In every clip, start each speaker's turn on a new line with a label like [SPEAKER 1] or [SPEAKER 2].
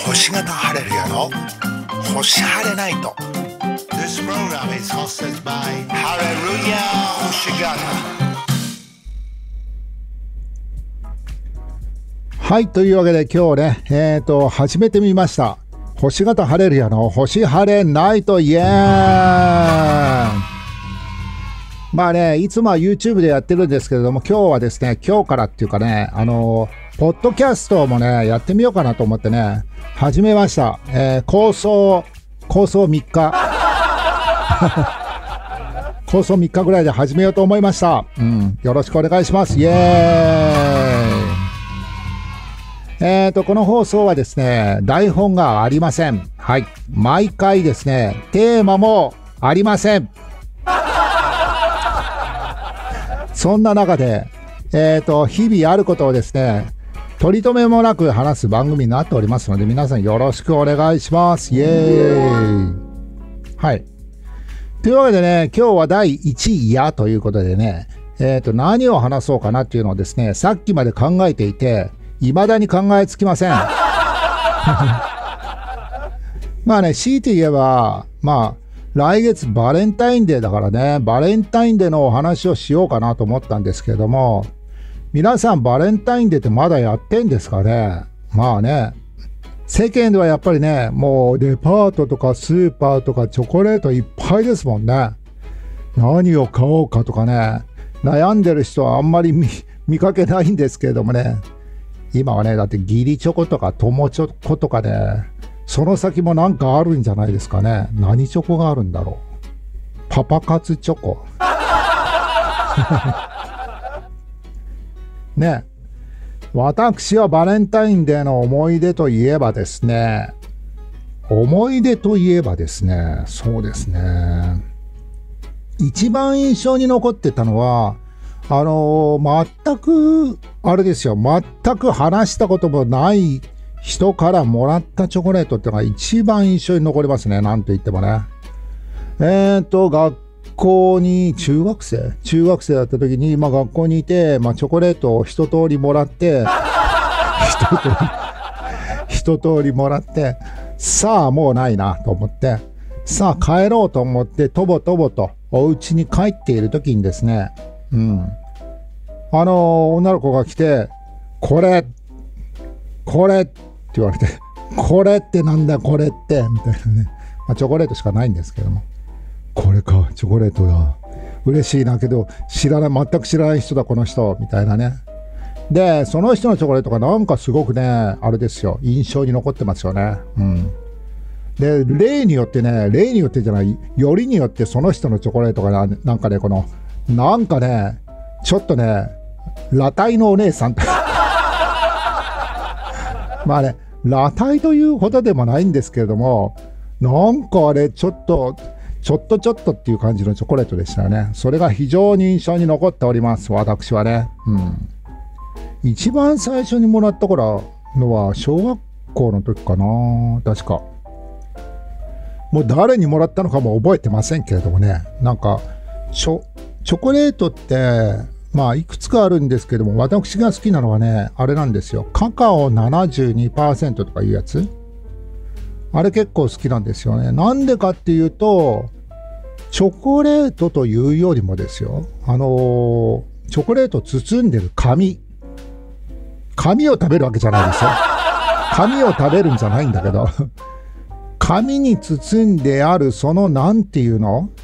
[SPEAKER 1] 星型晴れるやろ星晴れナイト。
[SPEAKER 2] This program is hosted by
[SPEAKER 1] ハレルヤ星型。
[SPEAKER 3] はい、というわけで今日ね、始めてみました。星型晴れるやの星晴れナイトイエーイ。まあね、いつもは YouTube でやってるんですけれども、今日はですね、今日からっていうかね、ポッドキャストもね、やってみようかなと思ってね、始めました。構想3日。構想3日ぐらいで始めようと思いました。よろしくお願いします。イエーイ。この放送はですね、台本がありません。はい。毎回ですね、テーマもありません。そんな中で、日々あることをですね、取り留めもなく話す番組になっておりますので、皆さんよろしくお願いします。イエーイ。はい。というわけでね、今日は第1位やということでね、何を話そうかなっていうのをですね、さっきまで考えていて、未だに考えつきません。まあね、強いて言えば、まあ、来月バレンタインデーだからね、バレンタインデーのお話をしようかなと思ったんですけれども、皆さんバレンタインデーってまだやってんですかね。まあね、世間ではやっぱりね、もうデパートとかスーパーとかチョコレートいっぱいですもんね。何を買おうかとかね、悩んでる人はあんまり 見かけないんですけれどもね、今はね、だって義理チョコとか友チョコとかね、その先もなんかあるんじゃないですかね。何チョコがあるんだろう。パパ活チョコ。ね。私はバレンタインデーの思い出といえばですね、そうですね。一番印象に残ってたのは、全く、あれですよ、全く話したこともない人からもらったチョコレートっていうのが一番印象に残りますね。なんと言ってもね。学校に中学生だった時に、学校にいて、チョコレートを一通りもらって一通りもらって、さあもうないなと思って、さあ帰ろうと思って、とぼとぼとお家に帰っている時にですね、女の子が来て、これって言われて、これってなんだこれってみたいなね。チョコレートしかないんですけども、これか、チョコレートだ、嬉しいなけど全く知らない人だこの人みたいなね。でその人のチョコレートがなんかすごくね、あれですよ、印象に残ってますよね。で例によってじゃない、よりによってその人のチョコレートがなんかね、なんかね、ちょっとね、裸体のお姉さんまあね、裸体というほどでもないんですけれども、なんかあれちょっとっていう感じのチョコレートでしたよね。それが非常に印象に残っております、私はね。一番最初にもらったのは小学校の時かな、確か。もう誰にもらったのかも覚えてませんけれどもね、なんかチョコレートっていくつかあるんですけども、私が好きなのはね、あれなんですよ、カカオ 72% とかいうやつ。あれ結構好きなんですよね。なんでかっていうと、チョコレートというよりもですよ、チョコレートを包んでる紙を食べるわけじゃないですよ。紙を食べるんじゃないんだけど紙に包んであるなんていうん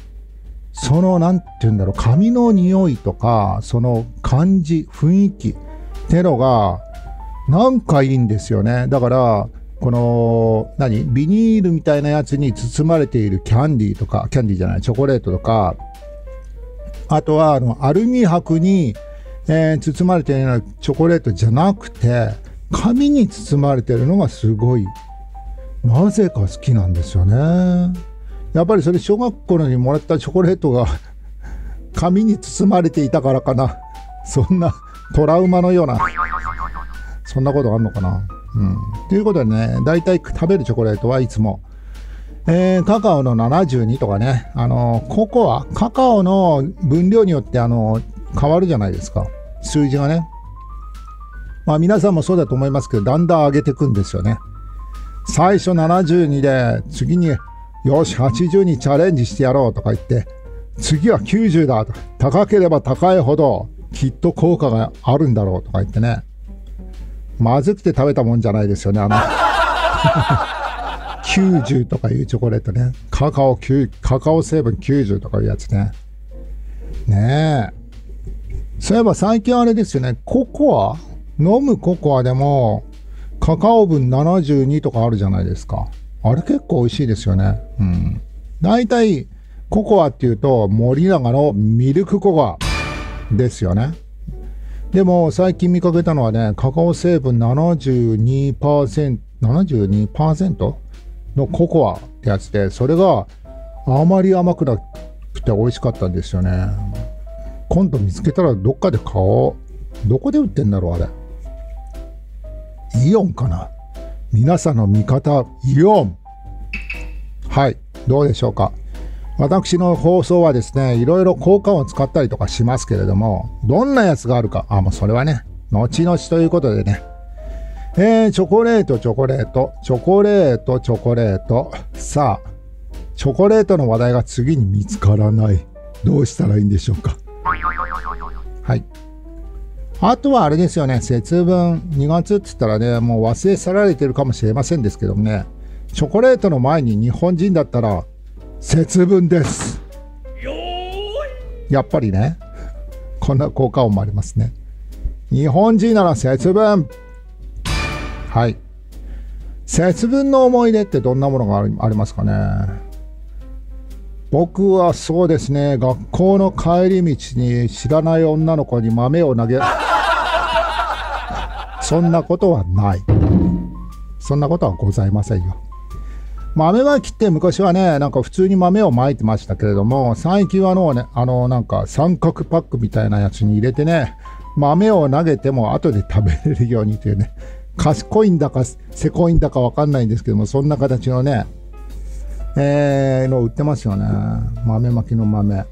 [SPEAKER 3] だろう、紙の匂いとか、その感じ、雰囲気ってのがなんかいいんですよね。だからこのビニールみたいなやつに包まれているチョコレートとか、あとはアルミ箔に、包まれているようなチョコレートじゃなくて、紙に包まれているのがすごい、なぜか好きなんですよね。やっぱりそれ小学校にもらったチョコレートが紙に包まれていたからかな。そんなトラウマのような、そんなことあんのかな。ということでね、だいたい食べるチョコレートはいつも、カカオの72とかね、カカオの分量によって変わるじゃないですか、数字がね。皆さんもそうだと思いますけど、だんだん上げていくんですよね。 最初72で次によし80にチャレンジしてやろうとか言って、次は90だと、高ければ高いほどきっと効果があるんだろうとか言ってね、まずくて食べたもんじゃないですよね、90とかいうチョコレートね、カカオ成分90とかいうやつね。ねえ、そういえば最近あれですよね、ココア、飲むココアでもカカオ分72とかあるじゃないですか。あれ結構美味しいですよね。うん。だいたいココアっていうと森永のミルクココアですよね。でも最近見かけたのはね、カカオ成分 72% のココアってやつで、それがあまり甘くなくて美味しかったんですよね。今度見つけたらどっかで買おう。どこで売ってんだろうあれ。イオンかな。皆さんの味方イオン。はい、どうでしょうか。私の放送はですね、いろいろ効果音を使ったりとかしますけれども、どんなやつがあるか、もうそれはね後々ということでね、チョコレートさあ、チョコレートの話題が次に見つからない。どうしたらいいんでしょうか。はい、あとはあれですよね、節分2月って言ったらね、もう忘れ去られてるかもしれませんですけどもね、チョコレートの前に日本人だったら節分です。やっぱりね、こんな効果音もありますね。日本人なら節分。はい、節分の思い出ってどんなものがありますかね。僕はそうですね、学校の帰り道に知らない女の子に豆を投げそんなことはない。そんなことはございませんよ。豆まきって昔はね、なんか普通に豆をまいてましたけれども、最近はなんか三角パックみたいなやつに入れてね、豆を投げても後で食べれるようにというね、賢いんだかせこいんだかわかんないんですけども、そんな形のね、の売ってますよね。豆まきの豆。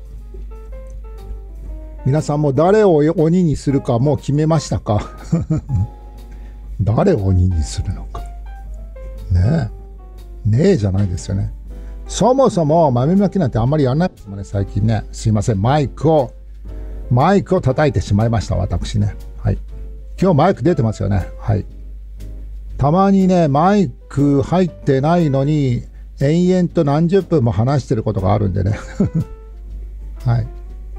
[SPEAKER 3] 皆さんも誰を鬼にするかもう決めましたか誰を鬼にするのかねえじゃないですよね。そもそも豆まきなんてあんまりやんないですもんね、最近ね。すいません、マイクを叩いてしまいました、私ね。はい、今日マイク出てますよね。はい、たまにねマイク入ってないのに延々と何十分も話してることがあるんでねはい、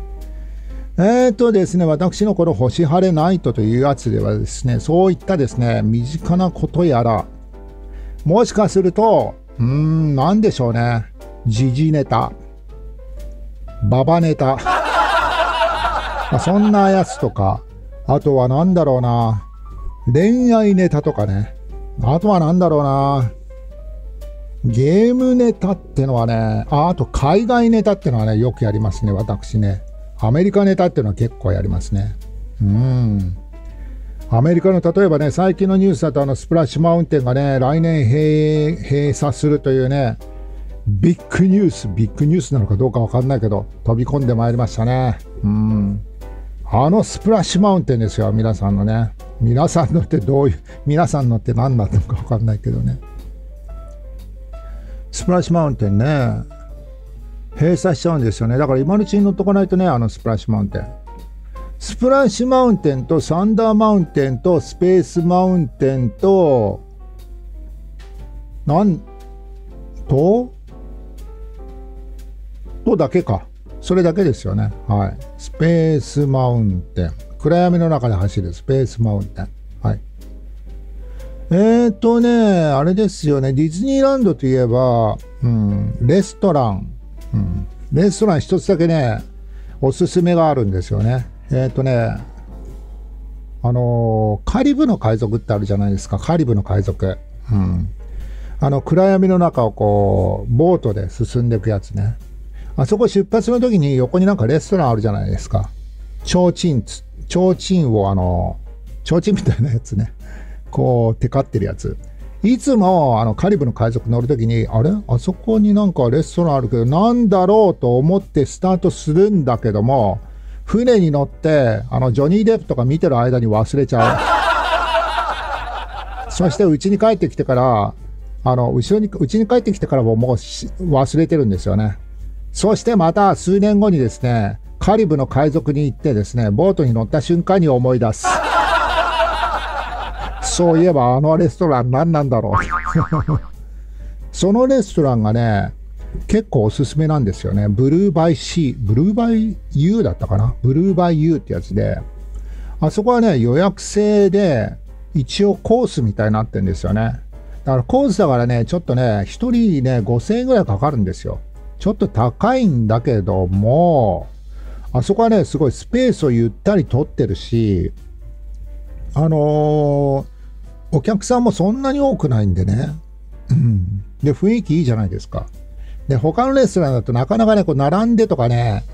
[SPEAKER 3] ですね、私のこの星晴れナイトというやつではですね、そういったですね身近なことやら、もしかするとなんでしょうね、時事ネタ、ババネタそんなやつとか、あとはなんだろうな、恋愛ネタとかね、あとはなんだろうな、ゲームネタってのはね、あと海外ネタってのはね、よくやりますね、私ね。アメリカネタってのは結構やりますね。アメリカの例えばね、最近のニュースだとスプラッシュマウンテンがね、来年閉鎖するというね、ビッグニュースなのかどうかわかんないけど、飛び込んでまいりましたね。スプラッシュマウンテンですよ、皆さんのね。皆さんのって何なのかわかんないけどね。スプラッシュマウンテンね、閉鎖しちゃうんですよね。だから今のうちに乗っとかないとね、スプラッシュマウンテン。スプラッシュマウンテンとサンダーマウンテンとスペースマウンテンと、だけか。それだけですよね。はい。スペースマウンテン。暗闇の中で走るスペースマウンテン。はい。あれですよね。ディズニーランドといえば、レストラン。レストラン一つだけね、おすすめがあるんですよね。カリブの海賊ってあるじゃないですか。カリブの海賊。暗闇の中をこう、ボートで進んでいくやつね。あそこ出発の時に横になんかレストランあるじゃないですか。提灯みたいなやつね。こう、テカってるやつ。いつもカリブの海賊乗るときに、あそこになんかレストランあるけど、なんだろうと思ってスタートするんだけども、船に乗って、ジョニー・デップとか見てる間に忘れちゃう。そして家に帰ってきてから、 うちに帰ってきてからも忘れてるんですよね。そしてまた数年後にですね、カリブの海賊に行ってですね、ボートに乗った瞬間に思い出す。そういえばあのレストラン何なんだろう。そのレストランがね、結構おすすめなんですよね。ブルーバイユーだったかな。ブルーバイユーってやつで、あそこはね、予約制で一応コースみたいになってるんですよね。だからコースだからね、ちょっとね、一人ね、5000円ぐらいかかるんですよ。ちょっと高いんだけども、あそこはね、すごいスペースをゆったり取ってるし、お客さんもそんなに多くないんでね。で、雰囲気いいじゃないですか。で、他のレストランだとなかなかね、こう並んでとかね、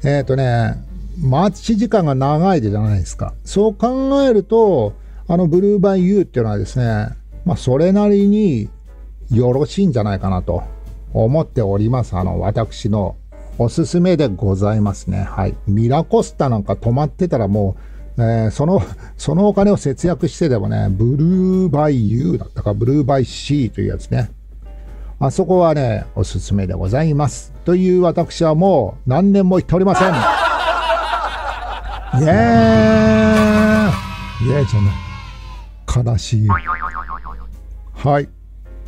[SPEAKER 3] 待ち時間が長いじゃないですか。そう考えると、ブルーバイユーっていうのはですね、それなりによろしいんじゃないかなと思っております。私のおすすめでございますね。はい。ミラコスタなんか泊まってたらもう、そのお金を節約してでもね、ブルーバイユーだったか、ブルーバイシーというやつね。あそこはね、おすすめでございます。という私はもう何年も行っておりません。イエーイイエーイじゃない。悲しい。はい。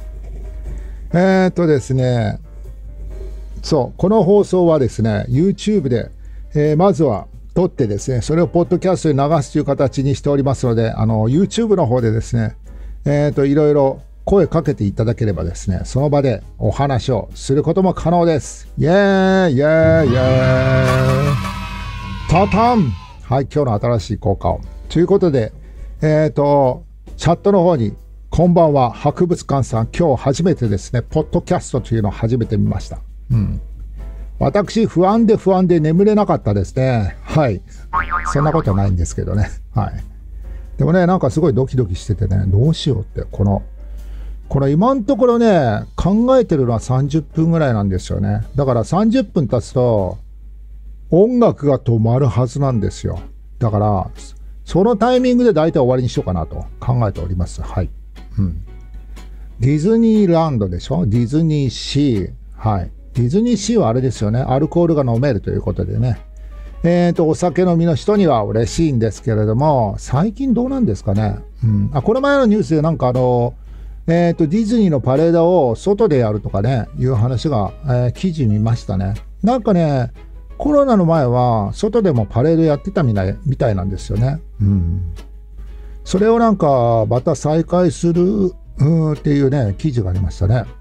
[SPEAKER 3] ですね、そう、この放送はですね、YouTube で、まずは撮ってですね、それをポッドキャストに流すという形にしておりますので、YouTube の方でですね、いろいろ声かけていただければですね、その場でお話をすることも可能です。イエーイイエーイイエーイタタン。はい、今日の新しい効果を。ということで、チャットの方に、こんばんは、博物館さん、今日初めてですね、ポッドキャストというのを初めて見ました。私、不安で眠れなかったですね。はい。そんなことないんですけどね。はい。でもね、なんかすごいドキドキしててね、どうしようって、この今のところね、考えてるのは30分ぐらいなんですよね。だから30分経つと、音楽が止まるはずなんですよ。だから、そのタイミングで大体終わりにしようかなと考えております。はい。ディズニーランドでしょ？ディズニーシー。はい。ディズニーシーはあれですよね。アルコールが飲めるということでね。お酒飲みの人には嬉しいんですけれども、最近どうなんですかね。この前のニュースでなんかディズニーのパレードを外でやるとかね、いう話が、記事見ましたね。なんかね、コロナの前は外でもパレードやってたみたいなんですよね。それをなんかまた再開するっていうね、記事がありましたね。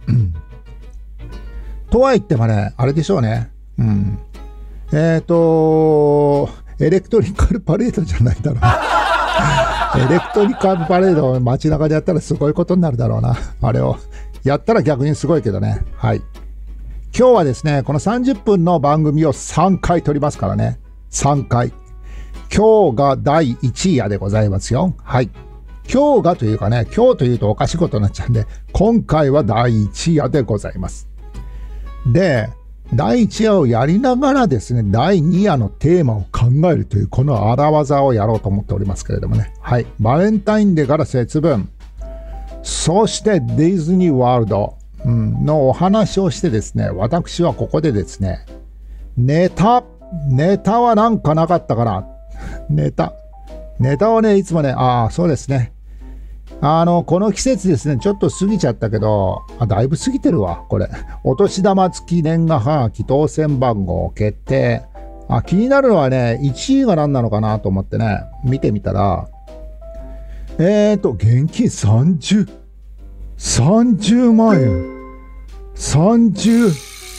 [SPEAKER 3] とは言ってもね、あれでしょうね。エレクトリカルパレードじゃないだろう。エレクトリカルパレードを街中でやったらすごいことになるだろうな。あれをやったら逆にすごいけどね。はい。今日はですね、この30分の番組を3回撮りますからね。3回。今日が第1夜でございますよ。はい。今日がというかね、今日というとおかしいことになっちゃうんで、今回は第1夜でございます。で、第1夜をやりながらですね、第2夜のテーマを考えるというこの荒技をやろうと思っておりますけれどもね。はい。バレンタインデーから節分。そしてディズニーワールドのお話をしてですね、私はここでですね、ネタはなんかなかったかな。ネタはね、いつもね、そうですね。この季節ですね、ちょっと過ぎちゃったけど、だいぶ過ぎてるわ、これ。お年玉付き年賀はがき当選番号決定。気になるのはね、1位が何なのかなと思ってね、見てみたら、現金30万円。30。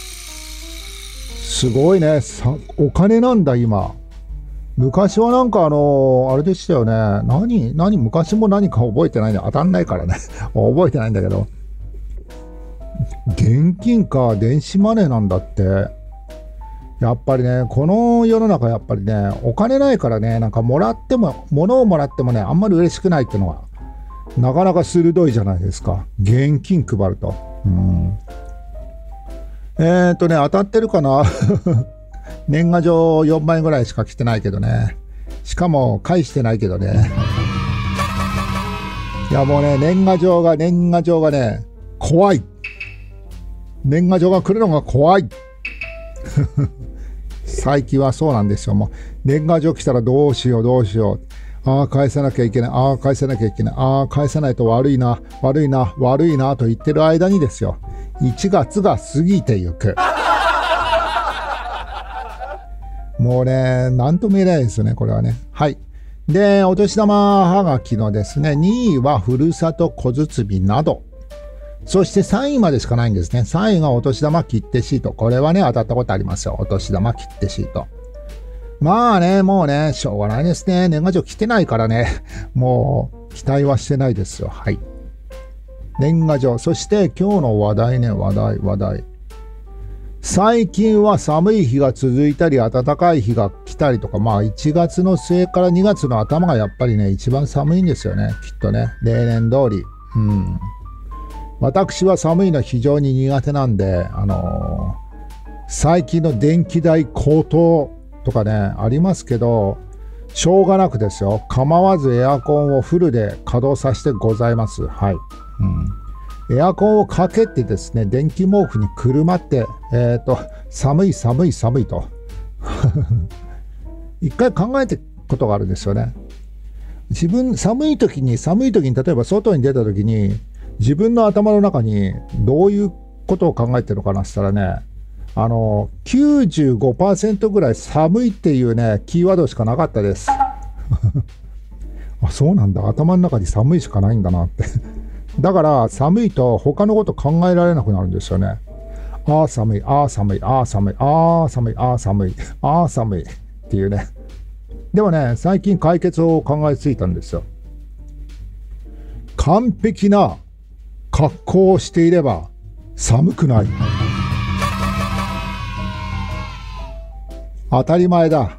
[SPEAKER 3] すごいね。お金なんだ、今。昔はなんかあれでしたよね。昔も何か覚えてないんで当たんないからね。覚えてないんだけど。現金か、電子マネーなんだって。やっぱりね、この世の中やっぱりね、お金ないからね、なんか物をもらってもね、あんまり嬉しくないっていうのは、なかなか鋭いじゃないですか。現金配ると。当たってるかな年賀状4枚ぐらいしか来てないけどね。しかも返してないけどね。いやもうね、年賀状がね、 怖い。年賀状が来るのが怖い。最近はそうなんですよ。もう年賀状来たらどうしようどうしよう。ああ返さなきゃいけない。ああ返さなきゃいけない。ああ返さないと悪いな悪いな悪いなと言ってる間にですよ、1月が過ぎてゆく。もうね、なんとも言えないですよね、これはね。はい。で、お年玉はがきのですね、2位はふるさと小包など。そして3位までしかないんですね。3位がお年玉切手シート。これはね、当たったことありますよ。お年玉切手シート。まあね、もうね、しょうがないですね。年賀状来てないからね、もう期待はしてないですよ。はい。年賀状。そして今日の話題ね、話題。最近は寒い日が続いたり暖かい日が来たりとか、まあ1月の末から2月の頭がやっぱりね一番寒いんですよね、きっとね、例年通り。私は寒いの非常に苦手なんで、最近の電気代高騰とかねありますけど、しょうがなくですよ、構わずエアコンをフルで稼働させてございます。はい。エアコンをかけてですね、電気毛布にくるまって、寒いと一回考えてことがあるんですよね。寒い時に例えば外に出た時に自分の頭の中にどういうことを考えてるのかなって言ったらね、95% ぐらい寒いっていうねキーワードしかなかったです。あ、そうなんだ、頭の中に寒いしかないんだなって。だから寒いと他のこと考えられなくなるんですよね。ああ寒い、ああ寒い、ああ寒い、ああ寒い、ああ寒い、ああ寒いっていうね。でもね、最近解決を考えついたんですよ。完璧な格好をしていれば寒くない。当たり前だ。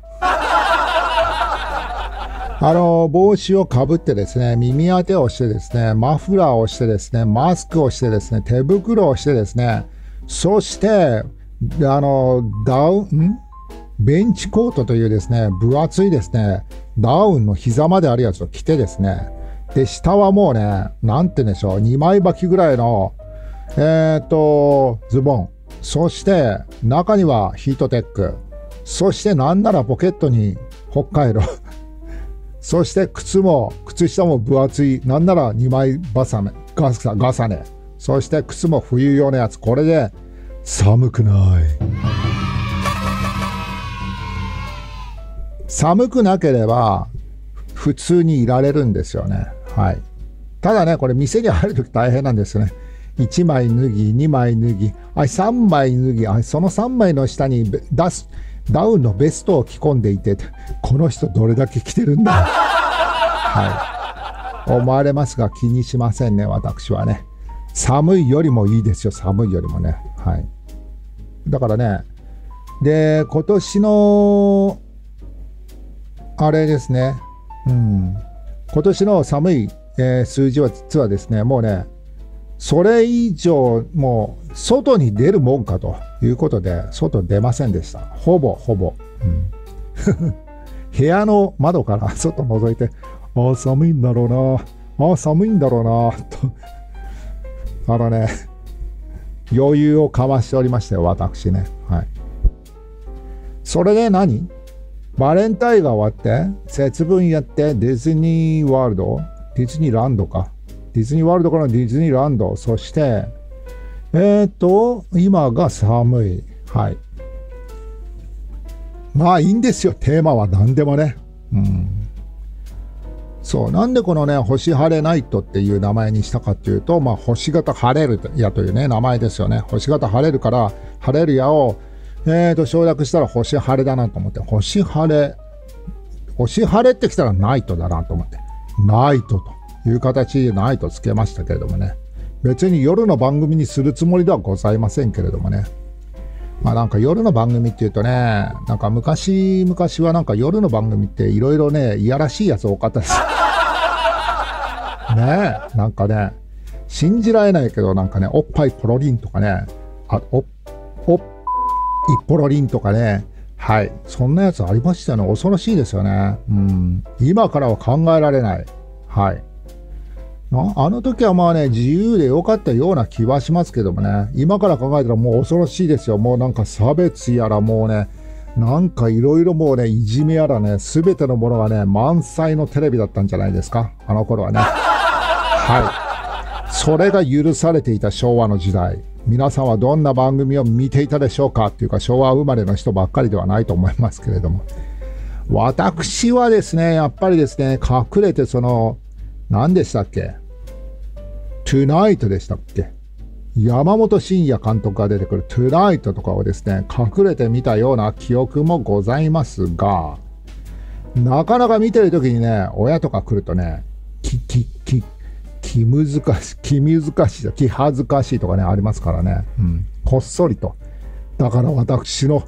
[SPEAKER 3] 帽子をかぶってですね、耳当てをしてですね、マフラーをしてですね、マスクをしてですね、手袋をしてですね、そしてベンチコートというですね、分厚いですね、ダウンの膝まであるやつを着てですね、で下はもうね、なんて言うんでしょう、2枚履きぐらいのズボン、そして中にはヒートテック、そしてなんならポケットに北海道そして靴下も分厚い、なんなら2枚重ね、そして靴も冬用のやつ。これで寒くない。寒くなければ普通にいられるんですよね。はい。ただね、これ店に入るとき大変なんですよね。1枚脱ぎ、2枚脱ぎ、3枚脱ぎ、その3枚の下にダウンのベストを着込んでいて、この人どれだけ着てるんだはい、思われますが気にしませんね、私はね。寒いよりもいいですよ、寒いよりもね。はい。だからね、で今年のあれですね、今年の寒い、数字は実はですね、もうね、それ以上もう外に出るもんかということで外出ませんでした。ほぼ、部屋の窓から外覗いて、ああ寒いんだろうな、ああ寒いんだろうなと余裕をかましておりましたよ、私ね。はい。それでバレンタインが終わって節分やって、ディズニーワールド、ディズニーランドか、ディズニーワールドからディズニーランド、そして今が寒い。はい。まあいいんですよ、テーマは何でもね。そう、なんでこのね、星晴れナイトっていう名前にしたかっていうと、まあ星型晴れる矢というね、名前ですよね。星型晴れるから、晴れる矢を省略したら星晴れだなと思って、星晴れってきたらナイトだなと思って、ナイトという形でナイトつけましたけれどもね。別に夜の番組にするつもりではございませんけれどもね。まあなんか夜の番組っていうとね、なんか昔はなんか夜の番組っていろいろね、いやらしいやつ多かったです。ねえ、なんかね、信じられないけどなんかね、おっぱいポロリンとかね、おっポロリンとかね、はい、そんなやつありましたよね。恐ろしいですよね。今からは考えられない。はい。 あの時はまあね、自由で良かったような気はしますけどもね、今から考えたらもう恐ろしいですよ。もうなんか差別やらもうね、なんかいろいろもうね、いじめやらね、すべてのものがね、満載のテレビだったんじゃないですか、あの頃はね。はい。それが許されていた昭和の時代。皆さんはどんな番組を見ていたでしょうかっていうか、昭和生まれの人ばっかりではないと思いますけれども。私はですね、やっぱりですね、隠れて何でしたっけ？トゥナイトでしたっけ？山本慎也監督が出てくるトゥナイトとかをですね、隠れて見たような記憶もございますが、なかなか見てるときにね、親とか来るとね、気恥ずかしいとかね、ありますからね。うん。こっそりと。だから私の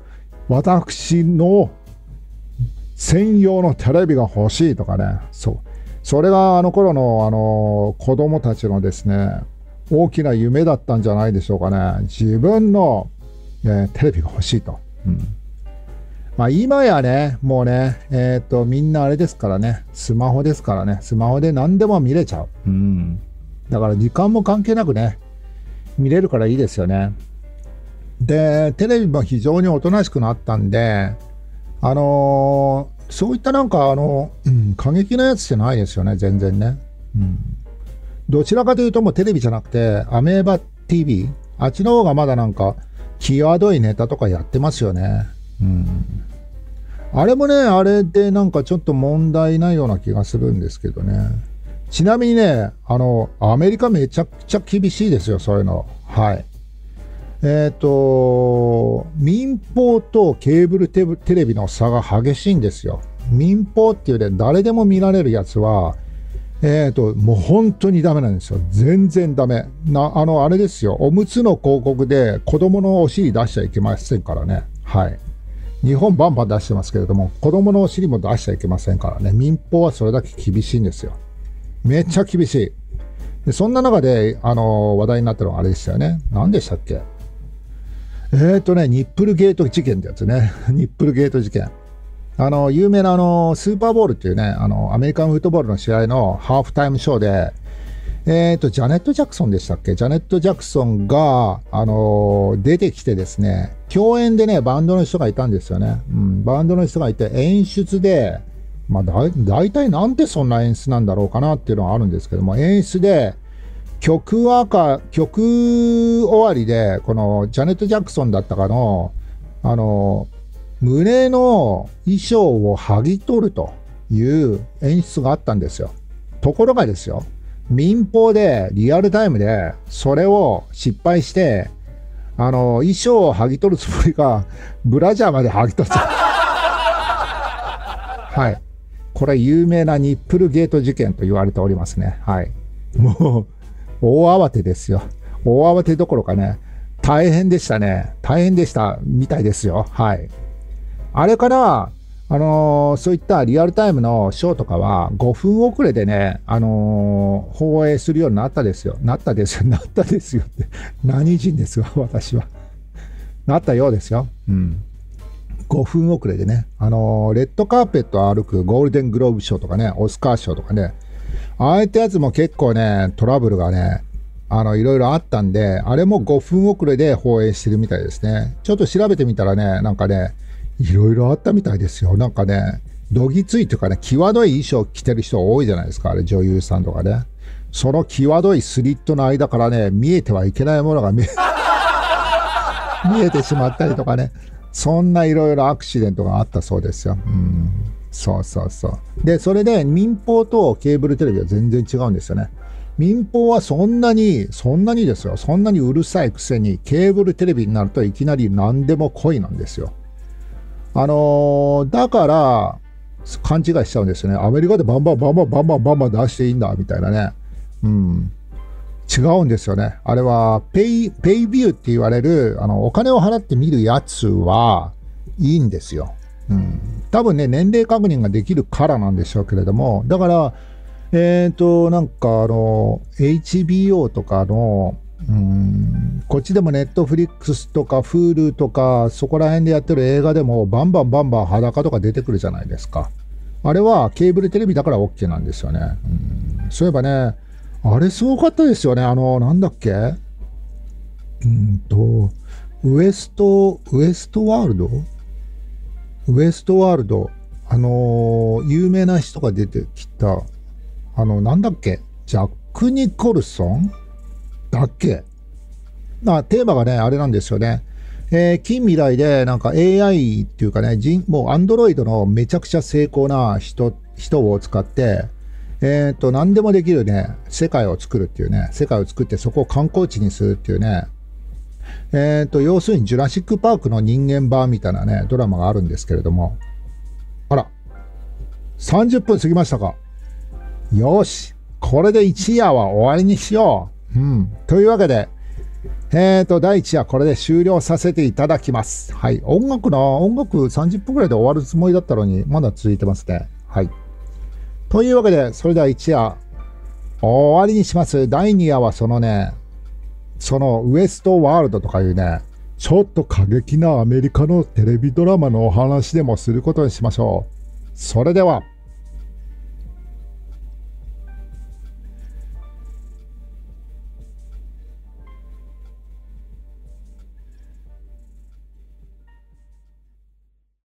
[SPEAKER 3] 専用のテレビが欲しいとかね。そう。それがあの頃の子供たちのですね、大きな夢だったんじゃないでしょうかね。自分の、テレビが欲しいと。うん。まあ今やね、もうね、みんなあれですからね、スマホですからね、スマホで何でも見れちゃう。うん。だから時間も関係なくね、見れるからいいですよね。で、テレビも非常におとなしくなったんで、そういったなんか過激なやつってないですよね、全然ね。うん。どちらかというともうテレビじゃなくて、アメーバ TV、あっちの方がまだなんか、際どいネタとかやってますよね。うん。あれもね、あれでなんかちょっと問題ないような気がするんですけどね。ちなみにね、アメリカめちゃくちゃ厳しいですよ、そういうの。はい。民放とケーブルテレビの差が激しいんですよ。民放っていうね、誰でも見られるやつは、もう本当にダメなんですよ。全然ダメ。あれですよ。おむつの広告で子供のお尻出しちゃいけませんからね。はい。日本バンバン出してますけれども、子供のお尻も出しちゃいけませんからね。民放はそれだけ厳しいんですよ。めっちゃ厳しい。で、そんな中で、話題になったのはあれでしたよね。何でしたっけ？ニップルゲート事件ってやつね。ニップルゲート事件。有名なスーパーボールっていうね、アメリカンフットボールの試合のハーフタイムショーで、ジャネット・ジャクソンでしたっけ？ジャネット・ジャクソンが、出てきてですね、共演でね、バンドの人がいたんですよね。うん、バンドの人がいて、演出で、まあ、大体なんでそんな演出なんだろうかなっていうのはあるんですけども、演出で、曲終わりで、この、ジャネット・ジャクソンだったかの、胸の衣装を剥ぎ取るという演出があったんですよ。ところがですよ、民放でリアルタイムでそれを失敗して、衣装を剥ぎ取るつもりがブラジャーまで剥ぎ取った。はい。これ有名なニップルゲート事件と言われておりますね。はい。もう、大慌てですよ。大慌てどころかね、大変でしたね。大変でしたみたいですよ。はい。あれから、そういったリアルタイムのショーとかは5分遅れでね、放映するようになったですよ。なったですよって。何人ですよ、私は。なったようですよ。うん。5分遅れでね、レッドカーペットを歩くゴールデングローブ賞とかね、オスカー賞とかね、ああいったやつも結構ね、トラブルがね、いろいろあったんで、あれも5分遅れで放映してるみたいですね。ちょっと調べてみたらね、なんかね、いろいろあったみたいですよ。なんかね、どぎついというかね、際どい衣装を着てる人多いじゃないですか、あれ女優さんとかね。その際どいスリットの間からね、見えてはいけないものが見えてしまったりとかね。そんないろいろアクシデントがあったそうですよ。そうそうそう。で、それで民放とケーブルテレビは全然違うんですよね。民放はそんなにですよ。そんなにうるさいくせに、ケーブルテレビになるといきなり何でも恋なんですよ。だから、勘違いしちゃうんですよね。アメリカでバンバン出していいんだ、みたいなね。うん。違うんですよね。あれは、ペイビューって言われる、お金を払って見るやつはいいんですよ。うん。多分ね、年齢確認ができるからなんでしょうけれども、だから、なんかHBO とかの、こっちでもネットフリックスとか Hulu とかそこら辺でやってる映画でもバンバン裸とか出てくるじゃないですか。あれはケーブルテレビだから OK なんですよね。そういえばね、 あれすごかったですよね。なんだっけ、ウエストワールド有名な人が出てきた、なんだっけ、ジャック・ニコルソンだっけ。テーマがね、あれなんですよね。近未来でなんか AI っていうかね、もうアンドロイドのめちゃくちゃ精巧な人を使って、何でもできるね、世界を作るっていうね、世界を作ってそこを観光地にするっていうね、要するにジュラシックパークの人間版みたいなね、ドラマがあるんですけれども、あら、30分過ぎましたか。よし、これで1夜は終わりにしよう。というわけで、第1夜これで終了させていただきます。はい。音楽30分くらいで終わるつもりだったのに、まだ続いてますね。はい。というわけで、それでは1夜終わりにします。第2夜はそのウエストワールドとかいうね、ちょっと過激なアメリカのテレビドラマのお話でもすることにしましょう。それでは。